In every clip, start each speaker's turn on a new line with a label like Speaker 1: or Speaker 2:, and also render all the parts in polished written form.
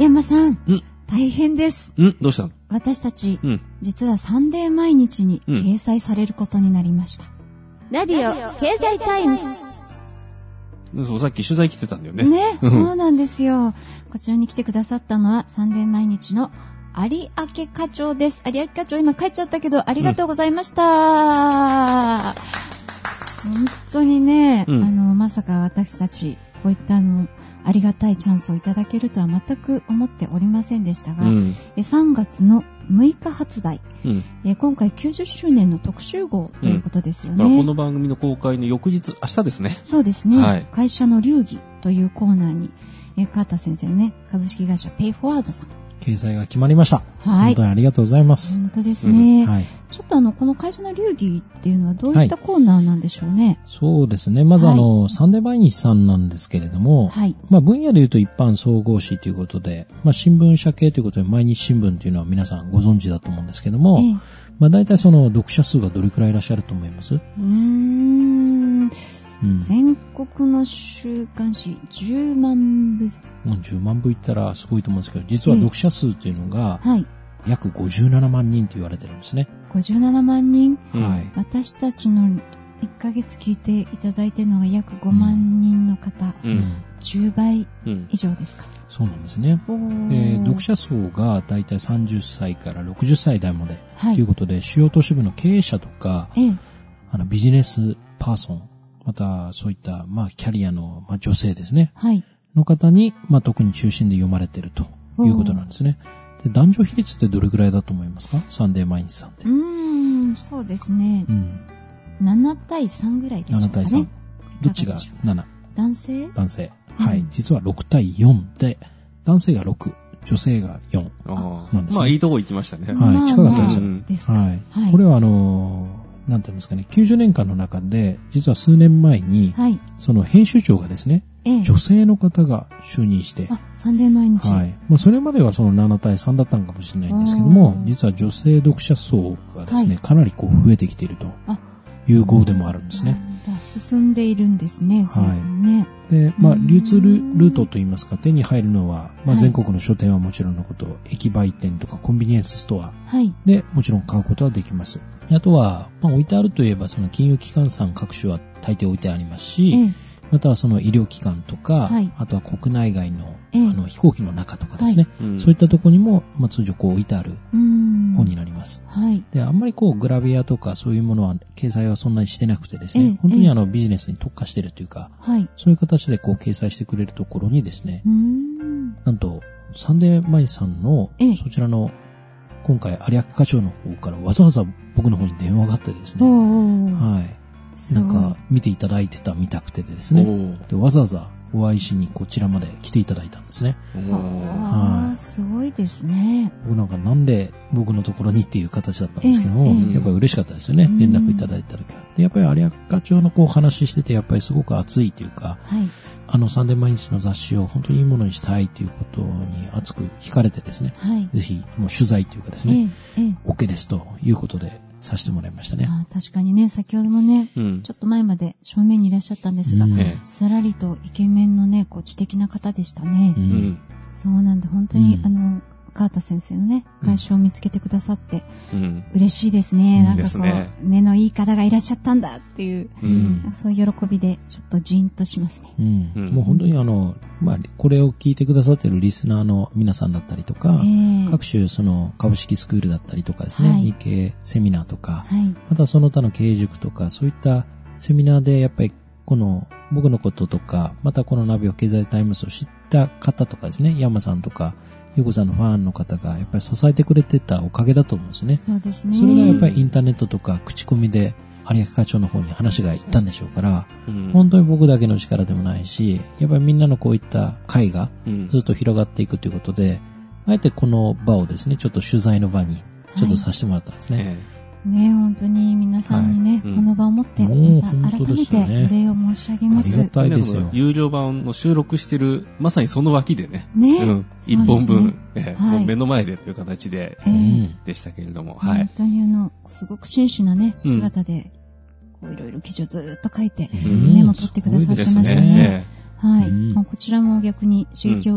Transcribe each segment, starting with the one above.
Speaker 1: 山さん、大変です。
Speaker 2: どうしたの？
Speaker 1: 私たち、実はサンデー毎日に掲載されることになりました。ラビオ経済タイムズ。
Speaker 2: そう、さっき取材来てたんだよね。
Speaker 1: ね、そうなんですよ。こちらに来てくださったのはサンデー毎日の有明課長です。有明課長、今帰っちゃったけど、ありがとうございました。本当にね、まさか私たち、こういったありがたいチャンスをいただけるとは全く思っておりませんでしたが、3月の6日発売、今回90周年の特集号ということですよね。
Speaker 2: この番組の公開の翌日、明日ですね。
Speaker 1: そうですね。はい、会社の流儀というコーナーに、川田先生のね、株式会社ペイフォワードさん。
Speaker 3: 掲載が決まりました。
Speaker 1: はい。
Speaker 3: 本当にありがとうございます。
Speaker 1: 本当ですね。
Speaker 3: はい。
Speaker 1: ちょっとこの会社の流儀っていうのはどういったコーナーなんでしょうね。はい、
Speaker 3: そうですね。まずサンデー毎日さんなんですけれども、はい。分野で言うと一般総合誌ということで、新聞社系ということで毎日新聞というのは皆さんご存知だと思うんですけども、大体読者数がどれくらいいらっしゃると思います？
Speaker 1: 全国の週刊誌10万部。
Speaker 3: 10万部いったらすごいと思うんですけど、実は読者数というのが、約57万人と言われてるんですね。
Speaker 1: 57万人、
Speaker 3: はい。
Speaker 1: 私たちの1ヶ月聞いていただいているのが約5万人の方、10倍以上ですか？
Speaker 3: そうなんですね。読者層がだいたい30歳から60歳代までということで、主要都市部の経営者とか、ビジネスパーソン、またそういったキャリアの女性ですね、の方に特に中心で読まれているということなんですね。で、男女比率ってどれくらいだと思いますか？サンデー毎日さんって。
Speaker 1: そうですね。7対3ぐらいでしょうかね。7対3。
Speaker 3: どっちが 7？
Speaker 1: 男性？
Speaker 3: 男性。はい。実は6対4で、男性が6、女性が4なんですね。
Speaker 2: いいとこ行きましたね。
Speaker 3: はい。近かったですよ。はい。これはなんていうんですかね、90年間の中で、実は数年前に、その編集長がですね、女性の方が就任して、
Speaker 1: サンデー毎日。
Speaker 3: はい。それまではその7対3だったのかもしれないんですけども、実は女性読者層がですね、かなり増えてきているという号でもあるんですね。
Speaker 1: 進んでいるんですね。
Speaker 3: はい。で、流通ルートといいますか、手に入るのは、全国の書店はもちろんのこと、駅売店とかコンビニエンスストアでもちろん買うことはできます。あとは、置いてあるといえば、その金融機関さん各種は大抵置いてありますし、またはその医療機関とか、あとは国内外の、飛行機の中とかですね、そういったところにも、通常置いてある本になります。で、あんまりグラビアとかそういうものは掲載はそんなにしてなくてですね、本当にビジネスに特化しているというか、そういう形で掲載してくれるところにですね、なんとサンデー毎日さんのそちらの今回有明課長の方からわざわざ僕の方に電話があってですね、はい。なんか見ていただいてたみたくてですね。で、わざわざお会いしにこちらまで来ていただいたんですね。
Speaker 1: すごいですね。
Speaker 3: 僕なんで僕のところにっていう形だったんですけども、やっぱり嬉しかったですよね。連絡いただいた時は。で、やっぱり有明課長の話してて、やっぱりすごく熱いというか、サンデー毎日の雑誌を本当にいいものにしたいということに熱く惹かれてですね、ぜひ取材というかですね、OK ですということでさせてもらいましたね。
Speaker 1: 確かにね、先ほどもね、ちょっと前まで正面にいらっしゃったんですが、さらりとイケメンのね、知的な方でしたね。そうなんで、本当に、川田先生のね、会社を見つけてくださって、嬉しいですね。なんか目のいい方がいらっしゃったんだっていう、そういう喜びで、ちょっとジーンとしますね。
Speaker 3: もう本当にこれを聞いてくださっているリスナーの皆さんだったりとか、各種株式スクールだったりとかですね、日経セミナーとか、またその他の経営塾とか、そういったセミナーでやっぱり僕のこととか、またこのナビオ経済タイムズを知った方とかですね、山さんとか、ゆうこさんのファンの方がやっぱり支えてくれてたおかげだと思うんですね。
Speaker 1: そうですね。
Speaker 3: それがやっぱりインターネットとか口コミで有明課長の方に話が行ったんでしょうから、本当に僕だけの力でもないし、やっぱりみんなのこういった会がずっと広がっていくということで、あえてこの場をですね、ちょっと取材の場にちょっとさせてもらったんですね。
Speaker 1: 本当に皆さんにね、この場を持って、また改めてお礼を申し上げます。
Speaker 3: ありがたいですよ。
Speaker 2: 有料版の収録してる、まさにその脇でね、一本分、もう目の前でという形で、でしたけれども、
Speaker 1: 本当にすごく真摯なね、姿で、いろいろ記事をずっと書いて、メモ取ってくださってましたね。こちらも逆に刺激を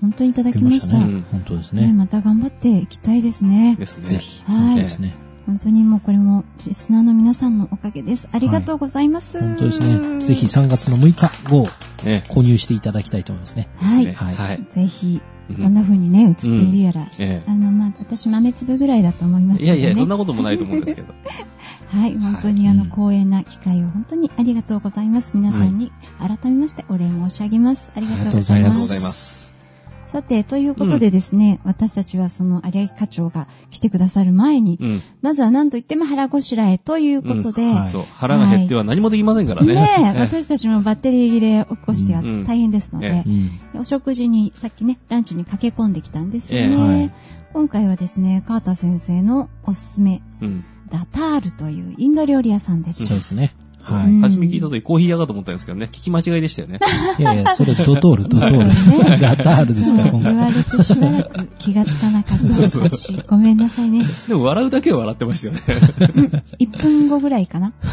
Speaker 1: 本当にいただきました。
Speaker 3: 本当ですね。
Speaker 1: また頑張っていきたいですね。
Speaker 2: ですね。
Speaker 3: ぜひ。
Speaker 1: はい。
Speaker 3: ですね。
Speaker 1: 本当にもうこれもリスナーの皆さんのおかげです。ありがとうございます。
Speaker 3: 本当ですね。ぜひ3月の6日後、購入していただきたいと思いますね。
Speaker 1: はい。ぜひ、どんな風にね、映っているやら。私豆粒ぐらいだと思いますけどね。
Speaker 2: いやいや、そんなこともないと思うんですけど。
Speaker 1: はい、本当に光栄な機会を本当にありがとうございます。皆さんに改めましてお礼申し上げます。ありがとうございます。ありがとうございます。さて、ということでですね、私たちはその有明課長が来てくださる前に、まずは何と言っても腹ごしらえということで、
Speaker 2: そう、腹が減っては何もできませんからね。
Speaker 1: 私たちもバッテリー切れを起こしては大変ですので、お食事に、さっきね、ランチに駆け込んできたんですよね。今回はですね、川田先生のおすすめ、ダタールというインド料理屋さんでした。
Speaker 3: そうですね。
Speaker 2: はい。初め聞いた時コーヒー屋かと思ったんですけどね、聞き間違いでしたよね。
Speaker 3: いやいや、それドトール。ダタールですから、
Speaker 1: 今回。言われてしばらく気がつかなかった私。ごめんなさいね。
Speaker 2: でも笑うだけは笑ってましたよね。
Speaker 1: 1分後ぐらいかな。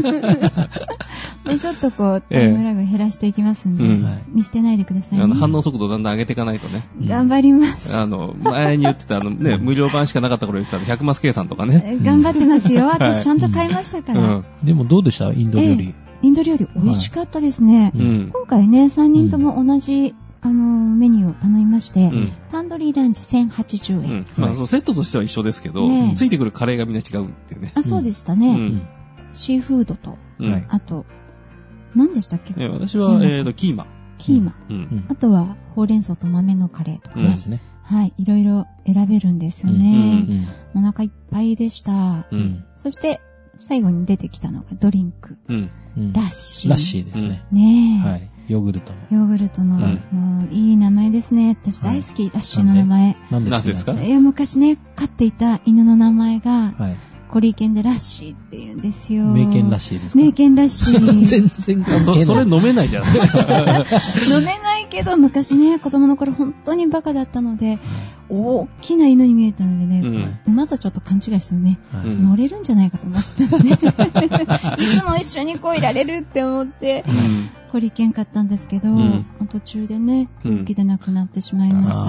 Speaker 1: ちょっとこう、タイムラグ減らしていきますんで、見捨てないでくださいね。
Speaker 2: 反応速度だんだん上げていかないとね。
Speaker 1: 頑張ります。
Speaker 2: 前に言ってた無料版しかなかった頃言ってた100マス計算とかね。
Speaker 1: 頑張ってますよ。私ちゃんと買いましたから。
Speaker 3: でもどうでしたインド料理。
Speaker 1: インド料理美味しかったですね。今回ね、3人とも同じ、メニューを頼みまして、タンドリーランチ1080円。
Speaker 2: セットとしては一緒ですけど、ついてくるカレーがみんな違うっていうね。
Speaker 1: そうでしたね。シーフードと、あと、何でしたっけ？
Speaker 2: 私は、キーマ。
Speaker 1: あとは、ほうれん草と豆のカレーとかね。はい、いろいろ選べるんですよね。お腹いっぱいでした。そして、最後に出てきたのがドリンク。ラッシー。
Speaker 3: ラッシーですね。
Speaker 1: ね
Speaker 3: え。はい。ヨーグルトの。
Speaker 1: もういい名前ですね。私大好き、ラッシーの名前。
Speaker 3: 何ですか？
Speaker 1: 昔ね、飼っていた犬の名前が、コリー犬でラッシーって言うんですよ。
Speaker 3: 名犬ラッシーですか？
Speaker 1: 名犬ラッシー。
Speaker 3: 全然関係ない。
Speaker 2: それ飲めないじゃないですか。
Speaker 1: 飲めないけど、昔ね、子供の頃本当にバカだったので、大きな犬に見えたのでね、馬とちょっと勘違いしてね、乗れるんじゃないかと思ってね。いつも一緒にこういられるって思って、コリー犬買ったんですけど、途中でね、病気で亡くなってしまいました。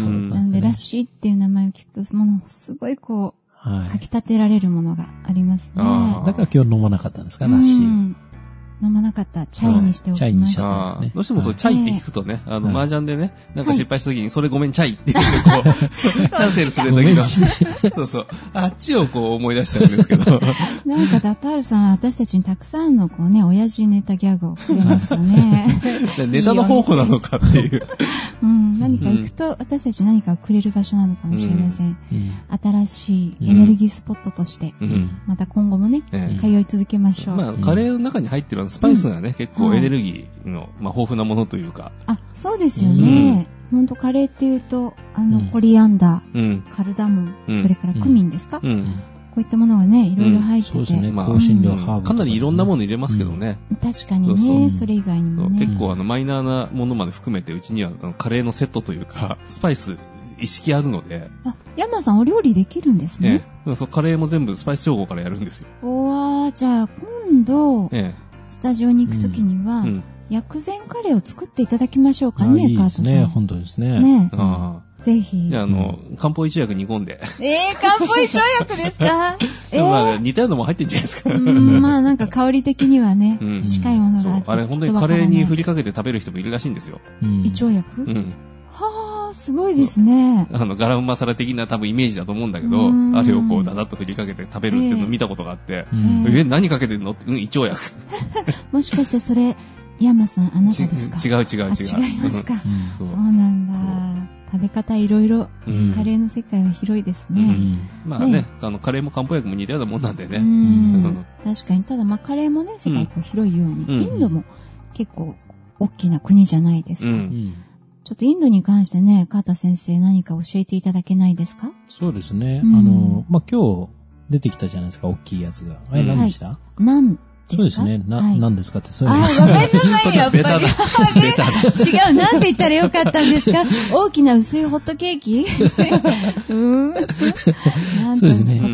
Speaker 1: なんで、ラッシーっていう名前を聞くと、すごいこう、かき立てられるものがありますね。
Speaker 3: だから今日飲まなかったんですか、ラッシー。
Speaker 1: 飲まなかった。チャイにしておきました。チャイにしちゃ
Speaker 3: ったんですね。
Speaker 2: どうしてもそう、チャイって聞くとね、麻雀でね、なんか失敗した時に、それごめん、チャイって言ってこう、キャンセルする時の、そうそう、あっちをこう思い出しちゃうんですけど。
Speaker 1: なんかダタールさんは私たちにたくさんのこうね、親父ネタギャグをくれますよね。
Speaker 2: ネタの方法なのかっていう。
Speaker 1: 何か行くと私たち何かをくれる場所なのかもしれません。新しいエネルギースポットとして、また今後もね、通い続けましょう。
Speaker 2: カレーの中に入ってるスパイスがね、結構エネルギーの豊富なものというか。
Speaker 1: そうですよね。ほんとカレーっていうと、コリアンダー、カルダモン、それからクミンですか？こういったものがね、いろいろ入ってて。そうですね。
Speaker 3: 香辛料、ハーブ。
Speaker 2: かなりいろんなもの入れますけどね。
Speaker 1: 確かにね、それ以外にもね。
Speaker 2: 結構マイナーなものまで含めて、うちにはカレーのセットというか、スパイス意識あるので。
Speaker 1: 山さんお料理できるんですね。
Speaker 2: カレーも全部スパイス調合からやるんですよ。
Speaker 1: じゃあ今度、スタジオに行くときには、薬膳カレーを作っていただきましょうかね、
Speaker 3: いいですね、本当ですね。
Speaker 1: ね。ぜひ。
Speaker 2: じゃあ、漢方一薬煮込んで。
Speaker 1: 漢方一薬ですか？
Speaker 2: 似たようなもん入ってんじゃないですか。
Speaker 1: なんか香り的にはね、近いものがあって。
Speaker 2: あれ、本当にカレーに振りかけて食べる人もいるらしいんですよ。
Speaker 1: 胃腸薬？すごいですね。
Speaker 2: ガラムマサラ的な多分イメージだと思うんだけど、あれをこうダダッと振りかけて食べるっていうのを見たことがあって、何かけてんのって、胃腸薬。
Speaker 1: もしかしてそれ、山さんあなたですか？
Speaker 2: 違う。
Speaker 1: 違いますか。そうなんだ。食べ方いろいろ、カレーの世界は広いですね。
Speaker 2: カレーも漢方薬も似たようなもんなんでね。
Speaker 1: 確かに、ただカレーもね、世界こう広いように、インドも結構大きな国じゃないですか。ちょっとインドに関してね、川田先生何か教えていただけないですか？
Speaker 3: そうですね。今日出てきたじゃないですか、大きいやつが。あれ何でした？そうですね。何ですかって、そういうの。
Speaker 1: わかりなさい、やっぱり。違う、なんて言ったらよかったんですか？大きな薄いホットケーキ？
Speaker 3: そうですね。
Speaker 1: 答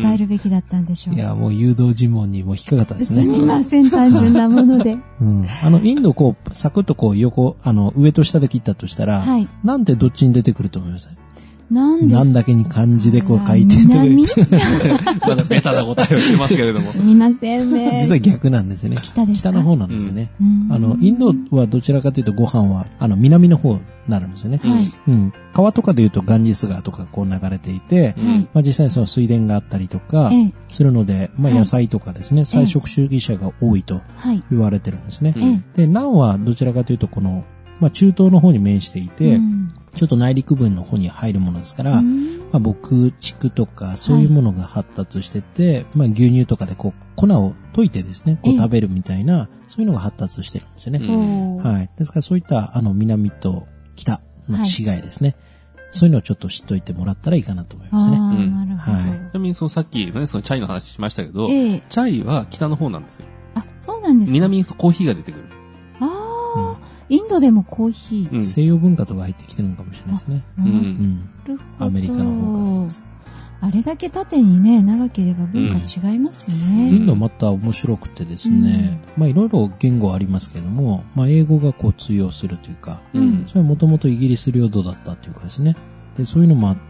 Speaker 1: 伝えるべきだったんでしょう。
Speaker 3: いや、もう誘導尋問にも引っかかったですね。
Speaker 1: すみません、単純なもので。
Speaker 3: インドこう、サクッとこう横、上と下で切ったとしたら、なんてどっちに出てくると思います？なんだけに漢字でこう書いてる。
Speaker 2: まだベタな答えをしてますけれども。
Speaker 1: すみませんね。
Speaker 3: 実は逆なんですね。
Speaker 1: 北ですか？
Speaker 3: 北の方なんですね。インドはどちらかというとご飯は、南の方になるんですよね。川とかでいうとガンジス川とかこう流れていて、実際にその水田があったりとかするので、野菜とかですね、菜食主義者が多いと言われてるんですね。で、南はどちらかというとこの、中東の方に面していて、ちょっと内陸部の方に入るものですから、牧畜とかそういうものが発達してて、牛乳とかでこう粉を溶いてですね、こう食べるみたいな、そういうのが発達してるんですよね。ですからそういった南と北の違いですね。そういうのをちょっと知っといてもらったらいいかなと思いますね。
Speaker 1: なるほど。
Speaker 2: ちなみにさっきね、そのチャイの話しましたけど、チャイは北の方なんですよ。
Speaker 1: あ、そうなんですか。
Speaker 2: 南に行くとコーヒーが出てくる。
Speaker 1: インドでもコーヒー。
Speaker 3: 西洋文化とか入ってきてるのかもしれないですね。アメリカの方から。
Speaker 1: あれだけ縦にね、長ければ文化違いますよね。
Speaker 3: インドまた面白くてですね、いろいろ言語ありますけども、英語がこう通用するというか、それはもともとイギリス領土だったというかですね。で、そういうのもあって、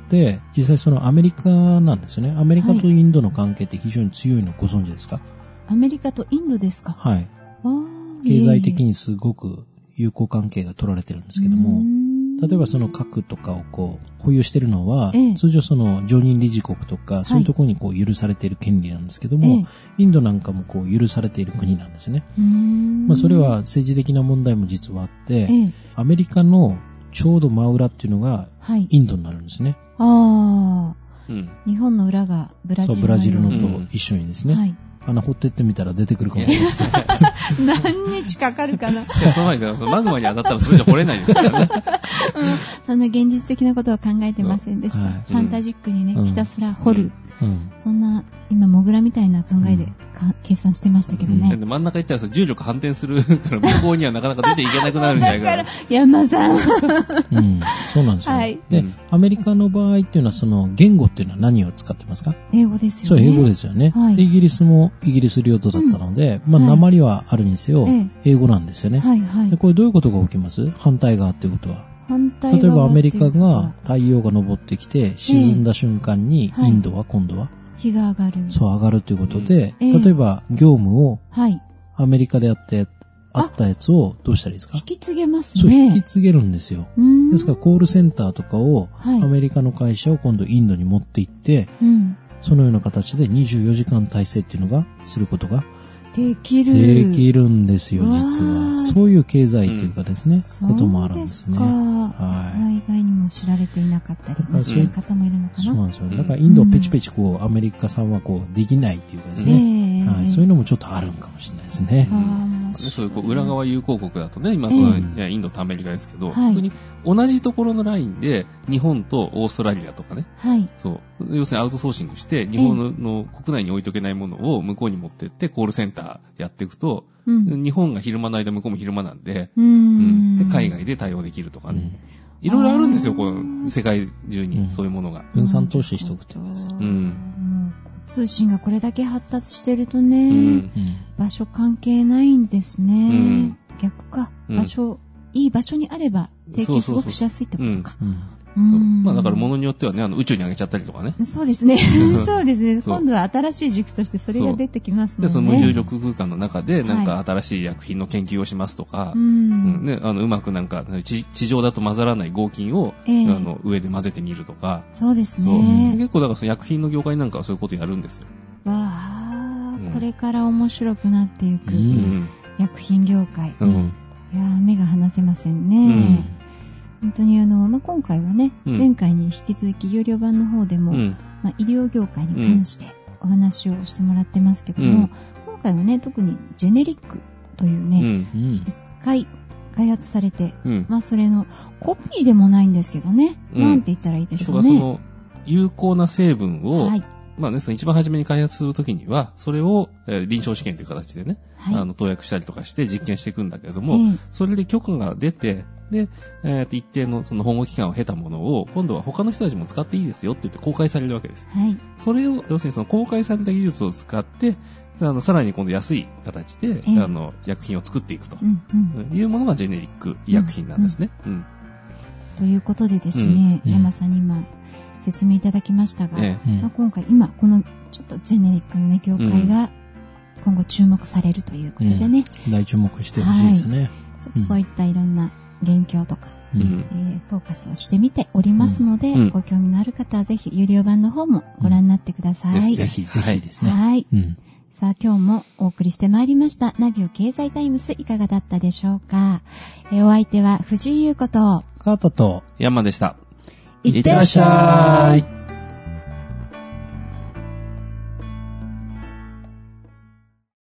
Speaker 3: 実際そのアメリカなんですよね。アメリカとインドの関係って非常に強いのご存知ですか？
Speaker 1: アメリカとインドですか？
Speaker 3: はい。経済的にすごく友好関係が取られてるんですけども、例えばその核とかをこう保有しているのは、通常その常任理事国とかそういうところにこう許されている権利なんですけども、インドなんかもこう許されている国なんですね。それは政治的な問題も実はあって、アメリカのちょうど真裏っていうのがインドになるんですね。
Speaker 1: 日本の裏がブラジルの。
Speaker 3: そう、ブラジルのと一緒にですね。穴掘ってってみたら出てくるかもしれないですけど。
Speaker 1: 何日かかるかな。
Speaker 2: その前にマグマに当たったらそれじゃ掘れないですからね。
Speaker 1: そんな現実的なことは考えてませんでした。ファンタジックにね、ひたすら掘る。そんな、今、モグラみたいな考えで計算してましたけどね。
Speaker 2: 真ん中行ったら重力反転するから向こうにはなかなか出ていけなくなるんじゃないかな。
Speaker 1: だから、山さん。
Speaker 3: そうなんですよ。で、アメリカの場合っていうのは、その言語っていうのは何を使ってますか？
Speaker 1: 英語ですよね。
Speaker 3: そう、英語ですよね。で、イギリスもイギリス領土だったので、訛りはあるにせよ、英語なんですよね。で、これどういうことが起きます？反対側っていうことは。例えばアメリカが太陽が昇ってきて沈んだ瞬間にインドは今度は
Speaker 1: 日が上がる。
Speaker 3: そう、上がるということで、例えば業務をアメリカであったやつをどうしたらいいですか？
Speaker 1: 引き継げますね。
Speaker 3: そう、引き継げるんですよ。ですからコールセンターとかをアメリカの会社を今度インドに持って行って、そのような形で24時間体制っていうのがすることが
Speaker 1: できる
Speaker 3: んですよ、実は。そういう経済というかですね、こともあるんですね。
Speaker 1: 海外にも知られていなかったり、知る方もいるのかな。
Speaker 3: そうなんですよ。だからインドはペチペチこう、アメリカさんはこう、できないっていうかですね。そういうのもちょっとあるんかもしれないですね。
Speaker 2: そういう裏側友好国だとね、今そのインドとアメリカですけど、本当に同じところのラインで日本とオーストラリアとかね、そう、要するにアウトソーシングして日本の国内に置いとけないものを向こうに持ってってコールセンターやっていくと、日本が昼間の間向こうも昼間なんで、で海外で対応できるとかね。いろいろあるんですよ、こう世界中にそういうものが。
Speaker 3: 分散投資しておくってことですよ。
Speaker 1: 通信がこれだけ発達してるとね、場所関係ないんですね。逆か、いい場所にあれば提携すごくしやすいってことか。
Speaker 2: だから物によってはね、宇宙に上げちゃったりとかね。
Speaker 1: そうですね。そうですね。今度は新しい軸としてそれが出てきますもんね。
Speaker 2: で、その無重力空間の中で、なんか新しい薬品の研究をしますとか、うまくなんか、地上だと混ざらない合金を、上で混ぜてみるとか。
Speaker 1: そうですね。
Speaker 2: 結構だからその薬品の業界なんかはそういうことやるんですよ。
Speaker 1: これから面白くなっていく、薬品業界。いや目が離せませんね。本当に今回はね、前回に引き続き有料版の方でも、医療業界に関してお話をしてもらってますけども、今回はね、特にジェネリックというね、一回開発されて、それのコピーでもないんですけどね、なんて言ったらいいでしょうね。
Speaker 2: その有効な成分をまあね、その一番初めに開発するときには、それを、臨床試験という形でね、はい、投薬したりとかして実験していくんだけれども、それで許可が出て、で、一定のその保護期間を経たものを、今度は他の人たちも使っていいですよって言って公開されるわけです。はい。それを、要するにその公開された技術を使って、さらに今度安い形で、薬品を作っていくと、いうものがジェネリック医薬品なんですね。
Speaker 1: ということでですね、山さんに今説明いただきましたが、まあ、今回、このちょっとジェネリックのね、業界が今後注目されるということでね。
Speaker 3: 大注目してほしいですね。はい、
Speaker 1: ちょっとそういったいろんな現況とか、フォーカスをしてみておりますので、ご興味のある方はぜひ有料版の方もご覧になってください。
Speaker 3: ぜひぜひですね。
Speaker 1: はい。さあ今日もお送りしてまいりましたナビオ経済タイムス、いかがだったでしょうか。お相手は藤井優子と
Speaker 3: カートと
Speaker 2: 山でした。
Speaker 1: いってらっしゃい。